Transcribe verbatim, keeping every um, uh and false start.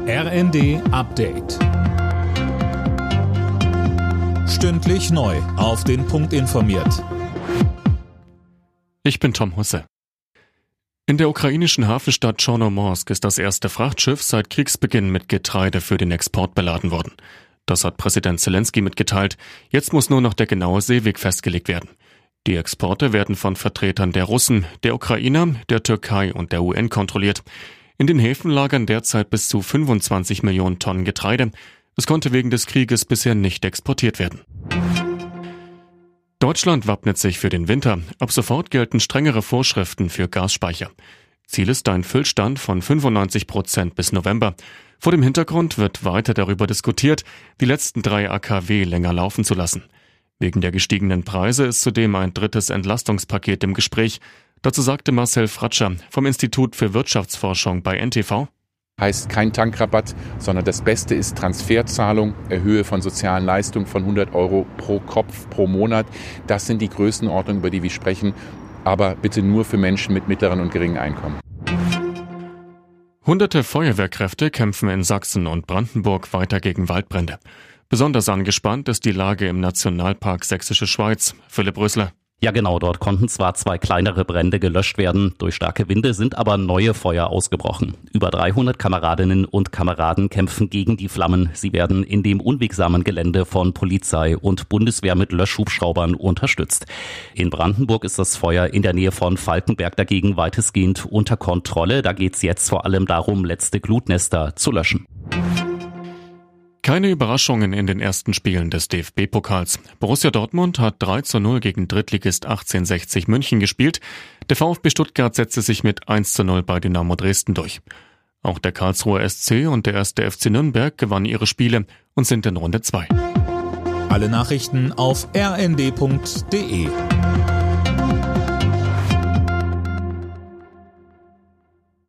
R N D Update. Stündlich neu auf den Punkt informiert. Ich bin Tom Husse. In der ukrainischen Hafenstadt Chornomorsk ist das erste Frachtschiff seit Kriegsbeginn mit Getreide für den Export beladen worden. Das hat Präsident Zelensky mitgeteilt. Jetzt muss nur noch der genaue Seeweg festgelegt werden. Die Exporte werden von Vertretern der Russen, der Ukrainer, der Türkei und der U N kontrolliert. In den Häfen lagern derzeit bis zu fünfundzwanzig Millionen Tonnen Getreide. Es konnte wegen des Krieges bisher nicht exportiert werden. Deutschland wappnet sich für den Winter. Ab sofort gelten strengere Vorschriften für Gasspeicher. Ziel ist ein Füllstand von fünfundneunzig Prozent bis November. Vor dem Hintergrund wird weiter darüber diskutiert, die letzten drei A K W länger laufen zu lassen. Wegen der gestiegenen Preise ist zudem ein drittes Entlastungspaket im Gespräch. Dazu sagte Marcel Fratscher vom Institut für Wirtschaftsforschung bei N T V. Heißt kein Tankrabatt, sondern das Beste ist Transferzahlung, Erhöhe von sozialen Leistungen von hundert Euro pro Kopf pro Monat. Das sind die Größenordnungen, über die wir sprechen, aber bitte nur für Menschen mit mittleren und geringen Einkommen. Hunderte Feuerwehrkräfte kämpfen in Sachsen und Brandenburg weiter gegen Waldbrände. Besonders angespannt ist die Lage im Nationalpark Sächsische Schweiz. Philipp Rösler. Ja genau, dort konnten zwar zwei kleinere Brände gelöscht werden, durch starke Winde sind aber neue Feuer ausgebrochen. Über dreihundert Kameradinnen und Kameraden kämpfen gegen die Flammen. Sie werden in dem unwegsamen Gelände von Polizei und Bundeswehr mit Löschhubschraubern unterstützt. In Brandenburg ist das Feuer in der Nähe von Falkenberg dagegen weitestgehend unter Kontrolle. Da geht es jetzt vor allem darum, letzte Glutnester zu löschen. Keine Überraschungen in den ersten Spielen des D F B-Pokals. Borussia Dortmund hat drei zu null gegen Drittligist achtzehnhundertsechzig München gespielt. Der VfB Stuttgart setzte sich mit eins zu null bei Dynamo Dresden durch. Auch der Karlsruher S C und der erste F C Nürnberg gewannen ihre Spiele und sind in Runde zwei. Alle Nachrichten auf r n d punkt d e.